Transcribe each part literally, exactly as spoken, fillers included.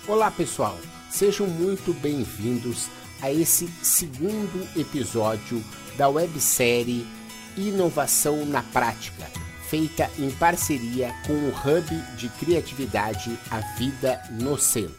Olá pessoal, sejam muito bem-vindos a esse segundo episódio da websérie Inovação na Prática, feita em parceria com o Hub de Criatividade A Vida no Centro.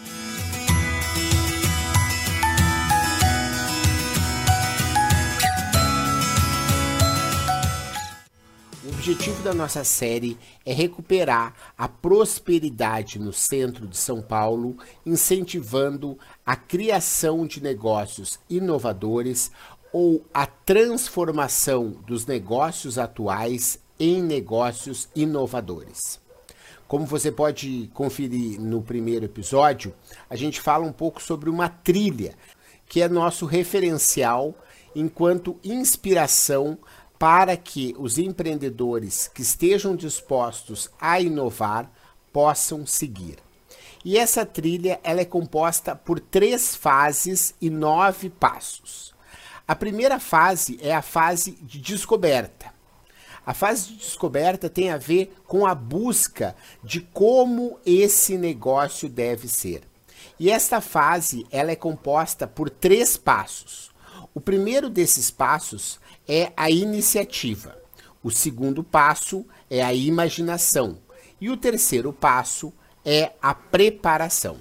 O objetivo da nossa série é recuperar a prosperidade no centro de São Paulo, incentivando a criação de negócios inovadores ou a transformação dos negócios atuais em negócios inovadores. Como você pode conferir no primeiro episódio, a gente fala um pouco sobre uma trilha, que é nosso referencial enquanto inspiração para que os empreendedores que estejam dispostos a inovar possam seguir. E essa trilha ela é composta por três fases e nove passos. A primeira fase é a fase de descoberta. A fase de descoberta tem a ver com a busca de como esse negócio deve ser. E esta fase ela é composta por três passos. O primeiro desses passos é a iniciativa. O segundo passo é a imaginação. E o terceiro passo é a preparação.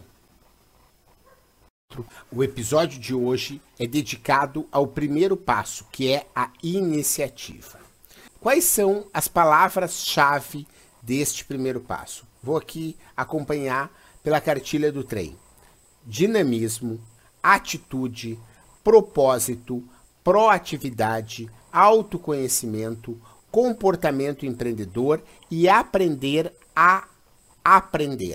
O episódio de hoje é dedicado ao primeiro passo, que é a iniciativa. Quais são as palavras-chave deste primeiro passo? Vou aqui acompanhar pela cartilha do trem. Dinamismo, atitude, propósito, proatividade, autoconhecimento, comportamento empreendedor e aprender a aprender.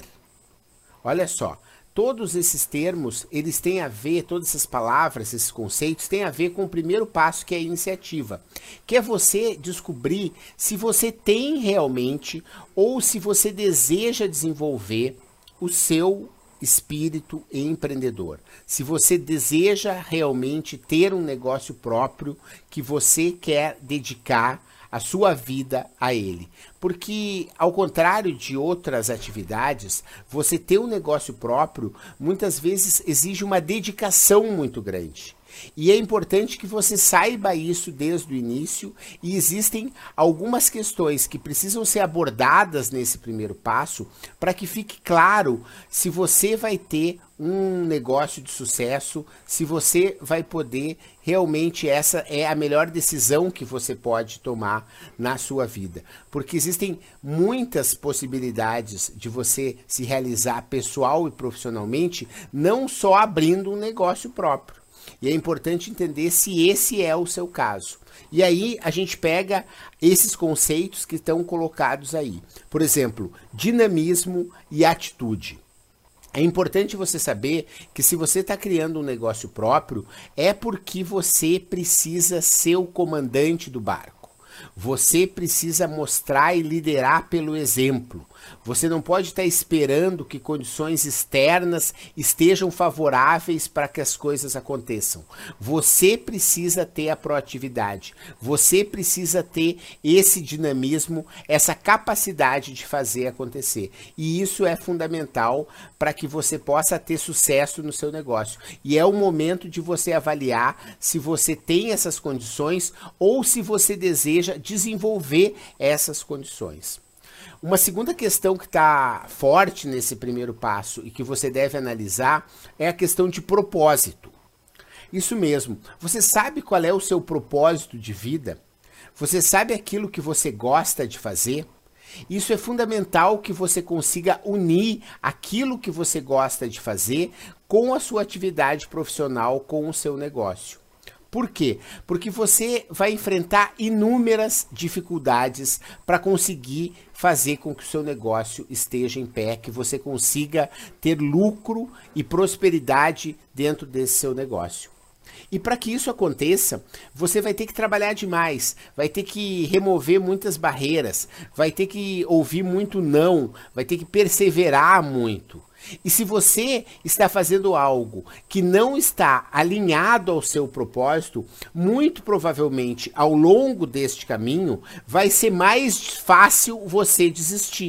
Olha só, todos esses termos, eles têm a ver, todas essas palavras, esses conceitos, têm a ver com o primeiro passo, que é a iniciativa, que é você descobrir se você tem realmente ou se você deseja desenvolver o seu espírito empreendedor. Se você deseja realmente ter um negócio próprio que você quer dedicar a sua vida a ele. Porque, ao contrário de outras atividades, você ter um negócio próprio muitas vezes exige uma dedicação muito grande. E é importante que você saiba isso desde o início, e existem algumas questões que precisam ser abordadas nesse primeiro passo para que fique claro se você vai ter um negócio de sucesso, se você vai poder realmente, essa é a melhor decisão que você pode tomar na sua vida. Porque existem muitas possibilidades de você se realizar pessoal e profissionalmente, não só abrindo um negócio próprio. E é importante entender se esse é o seu caso. E aí a gente pega esses conceitos que estão colocados aí. Por exemplo, dinamismo e atitude. É importante você saber que se você está criando um negócio próprio, é porque você precisa ser o comandante do barco. Você precisa mostrar e liderar pelo exemplo. Você não pode estar esperando que condições externas estejam favoráveis para que as coisas aconteçam. Você precisa ter a proatividade. Você precisa ter esse dinamismo, essa capacidade de fazer acontecer. E isso é fundamental para que você possa ter sucesso no seu negócio. E é o momento de você avaliar se você tem essas condições ou se você deseja desenvolver essas condições. Uma segunda questão que está forte nesse primeiro passo e que você deve analisar é a questão de propósito. Isso mesmo, você sabe qual é o seu propósito de vida? Você sabe aquilo que você gosta de fazer? Isso é fundamental que você consiga unir aquilo que você gosta de fazer com a sua atividade profissional, com o seu negócio. Por quê? Porque você vai enfrentar inúmeras dificuldades para conseguir fazer com que o seu negócio esteja em pé, que você consiga ter lucro e prosperidade dentro desse seu negócio. E para que isso aconteça, você vai ter que trabalhar demais, vai ter que remover muitas barreiras, vai ter que ouvir muito não, vai ter que perseverar muito. E se você está fazendo algo que não está alinhado ao seu propósito, muito provavelmente ao longo deste caminho vai ser mais fácil você desistir.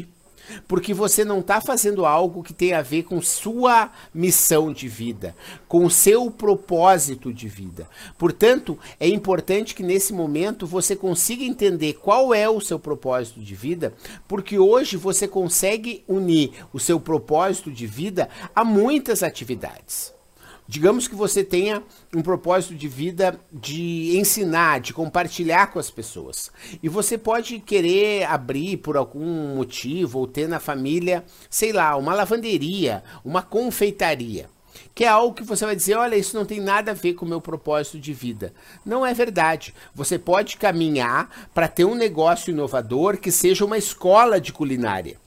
Porque você não está fazendo algo que tem a ver com sua missão de vida, com o seu propósito de vida. Portanto, é importante que nesse momento você consiga entender qual é o seu propósito de vida, porque hoje você consegue unir o seu propósito de vida a muitas atividades. Digamos que você tenha um propósito de vida de ensinar, de compartilhar com as pessoas. E você pode querer abrir por algum motivo ou ter na família, sei lá, uma lavanderia, uma confeitaria. Que é algo que você vai dizer, olha, isso não tem nada a ver com o meu propósito de vida. Não é verdade. Você pode caminhar para ter um negócio inovador que seja uma escola de culinária.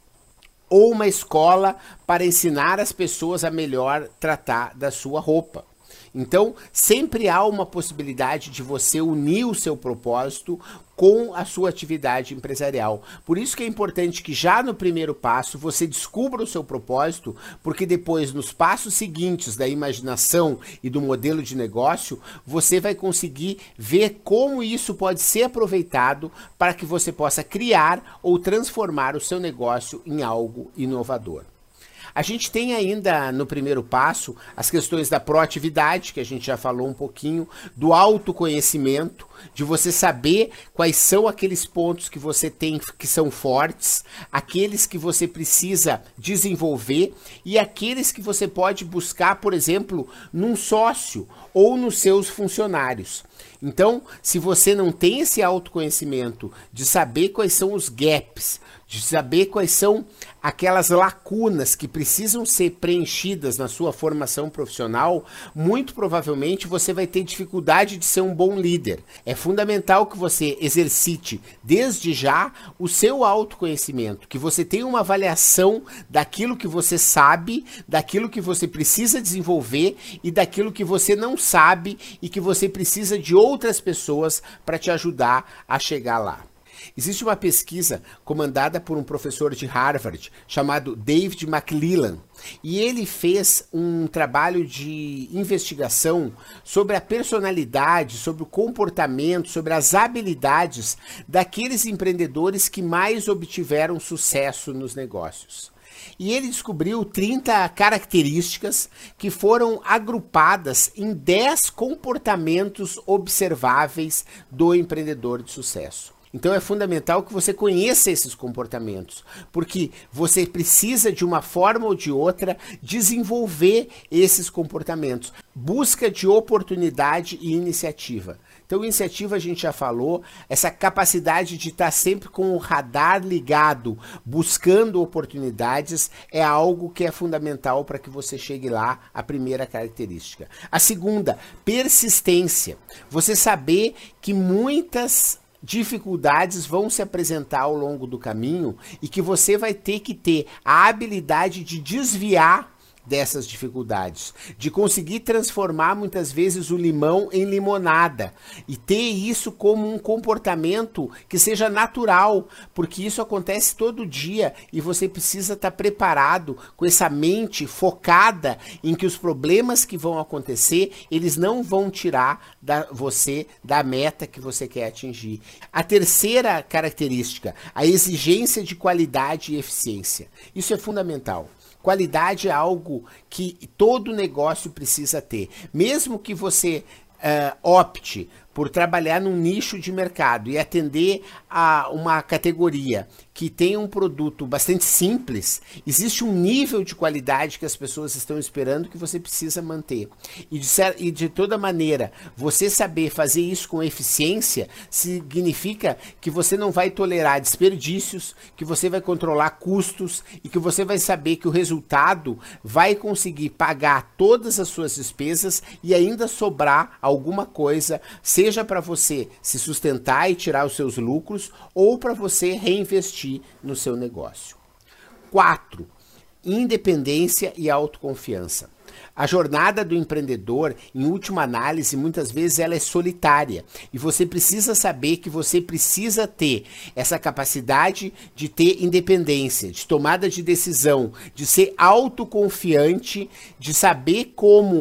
Ou uma escola para ensinar as pessoas a melhor tratar da sua roupa. Então, sempre há uma possibilidade de você unir o seu propósito com a sua atividade empresarial. Por isso que é importante que já no primeiro passo você descubra o seu propósito, porque depois nos passos seguintes da imaginação e do modelo de negócio, você vai conseguir ver como isso pode ser aproveitado para que você possa criar ou transformar o seu negócio em algo inovador. A gente tem ainda no primeiro passo as questões da proatividade, que a gente já falou um pouquinho, do autoconhecimento, de você saber quais são aqueles pontos que você tem que são fortes, aqueles que você precisa desenvolver e aqueles que você pode buscar, por exemplo, num sócio ou nos seus funcionários. Então, se você não tem esse autoconhecimento de saber quais são os gaps, de saber quais são aquelas lacunas que precisam ser preenchidas na sua formação profissional, muito provavelmente você vai ter dificuldade de ser um bom líder. É fundamental que você exercite desde já o seu autoconhecimento, que você tenha uma avaliação daquilo que você sabe, daquilo que você precisa desenvolver e daquilo que você não sabe e que você precisa de outras pessoas para te ajudar a chegar lá. Existe uma pesquisa comandada por um professor de Harvard chamado David McClellan e ele fez um trabalho de investigação sobre a personalidade, sobre o comportamento, sobre as habilidades daqueles empreendedores que mais obtiveram sucesso nos negócios. E ele descobriu trinta características que foram agrupadas em dez comportamentos observáveis do empreendedor de sucesso. Então é fundamental que você conheça esses comportamentos, porque você precisa de uma forma ou de outra desenvolver esses comportamentos. Busca de oportunidade e iniciativa. Então iniciativa a gente já falou, essa capacidade de estar sempre com o radar ligado, buscando oportunidades, é algo que é fundamental para que você chegue lá, a primeira característica. A segunda, persistência. Você saber que muitas dificuldades vão se apresentar ao longo do caminho e que você vai ter que ter a habilidade de desviar dessas dificuldades, de conseguir transformar muitas vezes o limão em limonada e ter isso como um comportamento que seja natural, porque isso acontece todo dia e você precisa estar preparado com essa mente focada em que os problemas que vão acontecer, eles não vão tirar da, você da meta que você quer atingir. A terceira característica, a exigência de qualidade e eficiência. Isso é fundamental. Qualidade é algo que todo negócio precisa ter. Mesmo que você uh, opte por trabalhar num nicho de mercado e atender a uma categoria que tem um produto bastante simples, existe um nível de qualidade que as pessoas estão esperando que você precisa manter. E de, e de toda maneira, você saber fazer isso com eficiência significa que você não vai tolerar desperdícios, que você vai controlar custos e que você vai saber que o resultado vai conseguir pagar todas as suas despesas e ainda sobrar alguma coisa, seja para você se sustentar e tirar os seus lucros ou para você reinvestir no seu negócio. quatro. Independência e autoconfiança. A jornada do empreendedor, em última análise, muitas vezes ela é solitária e você precisa saber que você precisa ter essa capacidade de ter independência, de tomada de decisão, de ser autoconfiante, de saber como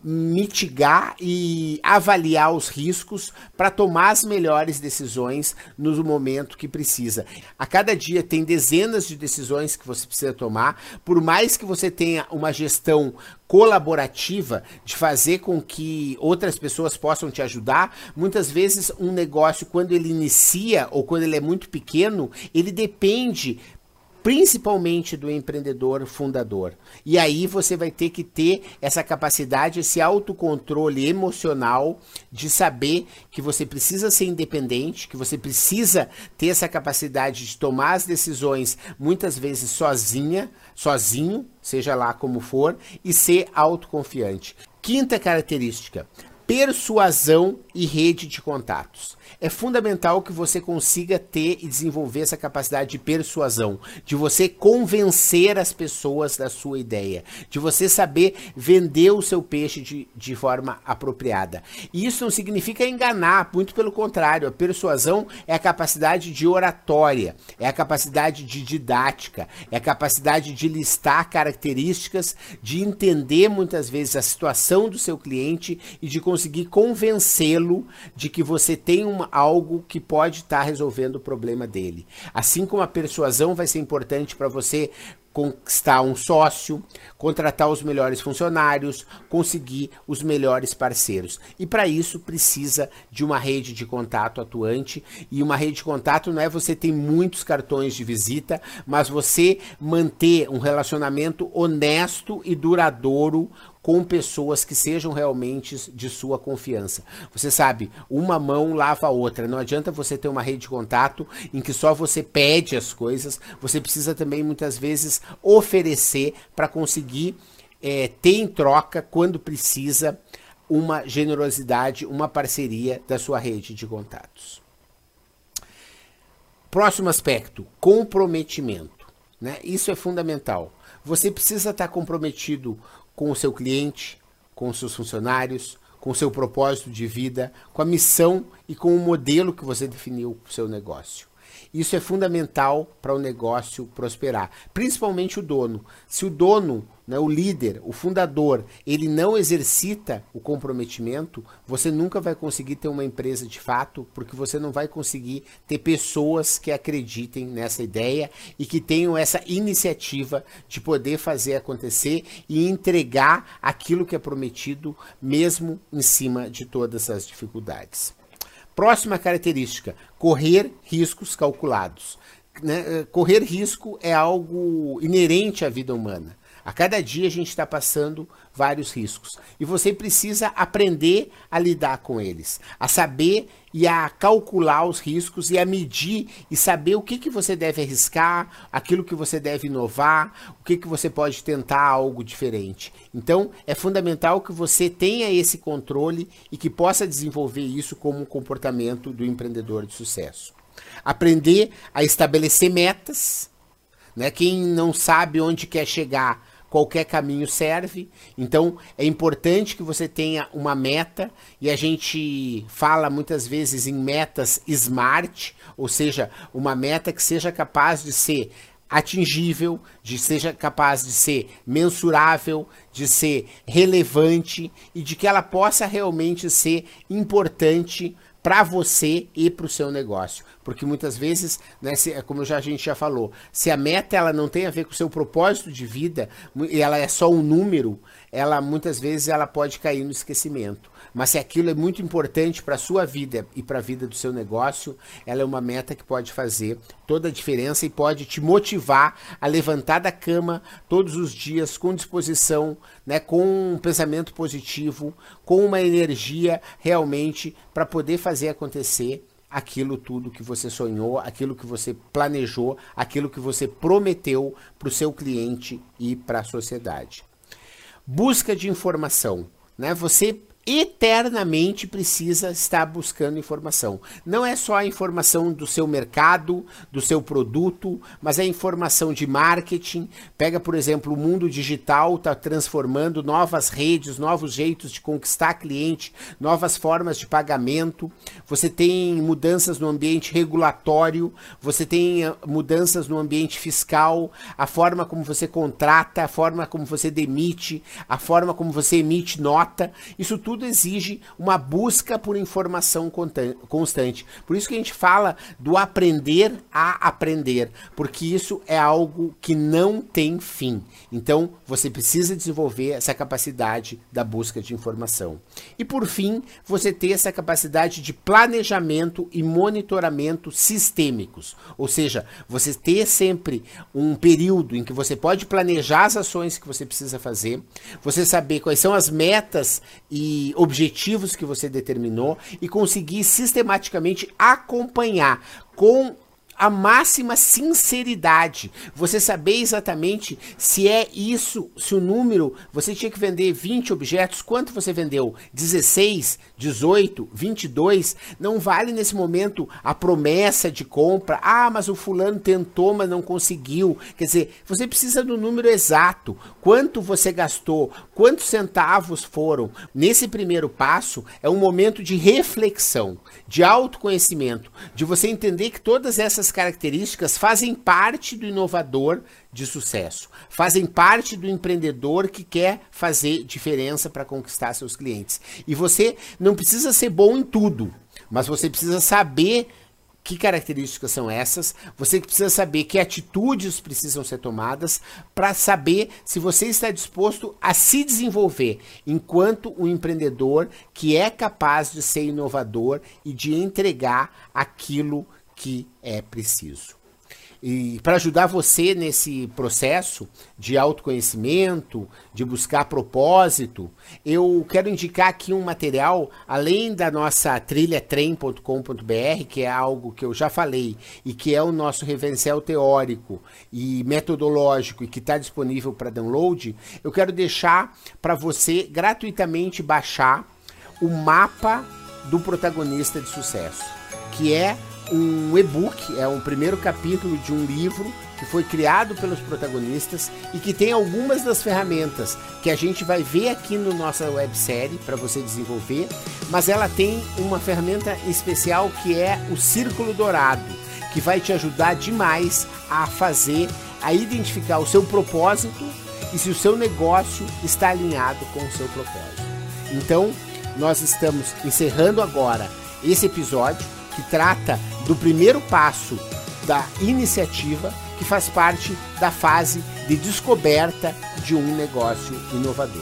mitigar e avaliar os riscos para tomar as melhores decisões no momento que precisa. A cada dia tem dezenas de decisões que você precisa tomar, por mais que você tenha uma gestão colaborativa de fazer com que outras pessoas possam te ajudar, muitas vezes um negócio, quando ele inicia ou quando ele é muito pequeno, ele depende principalmente do empreendedor fundador. E aí você vai ter que ter essa capacidade, esse autocontrole emocional de saber que você precisa ser independente, que você precisa ter essa capacidade de tomar as decisões muitas vezes sozinha, sozinho, seja lá como for, e ser autoconfiante. Quinta característica: persuasão e rede de contatos. É fundamental que você consiga ter e desenvolver essa capacidade de persuasão, de você convencer as pessoas da sua ideia, de você saber vender o seu peixe de, de forma apropriada. E isso não significa enganar, muito pelo contrário. A persuasão é a capacidade de oratória, é a capacidade de didática, é a capacidade de listar características, de entender muitas vezes a situação do seu cliente e de conseguir convencê-lo de que você tem uma, algo que pode estar resolvendo o problema dele. Assim como a persuasão vai ser importante para você conquistar um sócio, contratar os melhores funcionários, conseguir os melhores parceiros. E para isso precisa de uma rede de contato atuante, e uma rede de contato não é você ter muitos cartões de visita, mas você manter um relacionamento honesto e duradouro com pessoas que sejam realmente de sua confiança. Você sabe, uma mão lava a outra. Não adianta você ter uma rede de contato em que só você pede as coisas. Você precisa também, muitas vezes, oferecer para conseguir é, ter em troca, quando precisa, uma generosidade, uma parceria da sua rede de contatos. Próximo aspecto: comprometimento, né? Isso é fundamental. Você precisa estar comprometido com o seu cliente, com os seus funcionários, com o seu propósito de vida, com a missão e com o modelo que você definiu para o seu negócio. Isso é fundamental para o negócio prosperar, principalmente o dono. Se o dono, né, o líder, o fundador, ele não exercita o comprometimento, você nunca vai conseguir ter uma empresa de fato, porque você não vai conseguir ter pessoas que acreditem nessa ideia e que tenham essa iniciativa de poder fazer acontecer e entregar aquilo que é prometido, mesmo em cima de todas as dificuldades. Próxima característica: correr riscos calculados. Né? Correr risco é algo inerente à vida humana. A cada dia a gente está passando vários riscos. E você precisa aprender a lidar com eles, a saber e a calcular os riscos e a medir e saber o que, que você deve arriscar, aquilo que você deve inovar, o que, que você pode tentar algo diferente. Então, é fundamental que você tenha esse controle e que possa desenvolver isso como um comportamento do empreendedor de sucesso. Aprender a estabelecer metas, né? Quem não sabe onde quer chegar, qualquer caminho serve. Então é importante que você tenha uma meta, e a gente fala muitas vezes em metas SMART, ou seja, uma meta que seja capaz de ser atingível, de seja capaz de ser mensurável, de ser relevante e de que ela possa realmente ser importante para você e para o seu negócio. Porque muitas vezes, né, se, como já, a gente já falou, se a meta ela não tem a ver com o seu propósito de vida, e ela é só um número, ela muitas vezes ela pode cair no esquecimento. Mas se aquilo é muito importante para a sua vida e para a vida do seu negócio, ela é uma meta que pode fazer toda a diferença e pode te motivar a levantar da cama todos os dias com disposição, né, com um pensamento positivo, com uma energia realmente para poder fazer acontecer aquilo tudo que você sonhou, aquilo que você planejou, aquilo que você prometeu para o seu cliente e para a sociedade. Busca de informação, né? Você eternamente precisa estar buscando informação. Não é só a informação do seu mercado, do seu produto, mas é informação de marketing. Pega, por exemplo, o mundo digital está transformando novas redes, novos jeitos de conquistar cliente, novas formas de pagamento. Você tem mudanças no ambiente regulatório, você tem mudanças no ambiente fiscal, a forma como você contrata, a forma como você demite, a forma como você emite nota. Isso tudo Tudo exige uma busca por informação constante. Por isso que a gente fala do aprender a aprender, porque isso é algo que não tem fim. Então, você precisa desenvolver essa capacidade da busca de informação. E por fim, você ter essa capacidade de planejamento e monitoramento sistêmicos. Ou seja, você ter sempre um período em que você pode planejar as ações que você precisa fazer, você saber quais são as metas e objetivos que você determinou e conseguir sistematicamente acompanhar com a máxima sinceridade, você saber exatamente se é isso, se o número, você tinha que vender vinte objetos, quanto você vendeu? dezesseis, dezoito, vinte e dois, não vale nesse momento a promessa de compra, ah, mas o fulano tentou, mas não conseguiu, quer dizer, você precisa do número exato, quanto você gastou, quantos centavos foram. Nesse primeiro passo, é um momento de reflexão, de autoconhecimento, de você entender que todas essas características fazem parte do inovador de sucesso, fazem parte do empreendedor que quer fazer diferença para conquistar seus clientes. E você não precisa ser bom em tudo, mas você precisa saber que características são essas, você precisa saber que atitudes precisam ser tomadas para saber se você está disposto a se desenvolver enquanto um empreendedor que é capaz de ser inovador e de entregar aquilo que é preciso. E para ajudar você nesse processo de autoconhecimento, de buscar propósito, eu quero indicar aqui um material, além da nossa trilha trem ponto com ponto br, que é algo que eu já falei, e que é o nosso referencial teórico e metodológico e que está disponível para download, eu quero deixar para você gratuitamente baixar o mapa do protagonista de sucesso, que é um e-book, é um primeiro capítulo de um livro que foi criado pelos protagonistas e que tem algumas das ferramentas que a gente vai ver aqui no nossa websérie para você desenvolver, mas ela tem uma ferramenta especial que é o Círculo Dourado, que vai te ajudar demais a fazer, a identificar o seu propósito e se o seu negócio está alinhado com o seu propósito. Então, nós estamos encerrando agora esse episódio que trata do primeiro passo da iniciativa, que faz parte da fase de descoberta de um negócio inovador.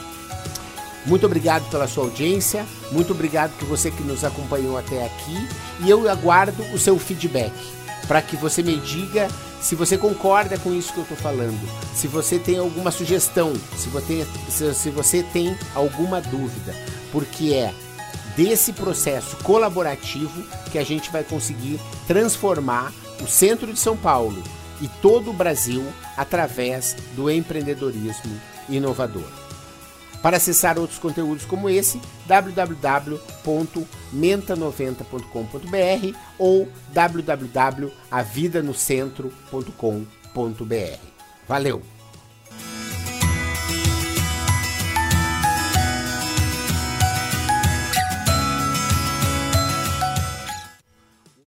Muito obrigado pela sua audiência, muito obrigado por você que nos acompanhou até aqui e eu aguardo o seu feedback para que você me diga se você concorda com isso que eu estou falando, se você tem alguma sugestão, se você, se, se você tem alguma dúvida, porque é desse processo colaborativo que a gente vai conseguir transformar o centro de São Paulo e todo o Brasil através do empreendedorismo inovador. Para acessar outros conteúdos como esse, w w w ponto menta noventa ponto com ponto br ou w w w ponto a vida no centro ponto com ponto br. Valeu!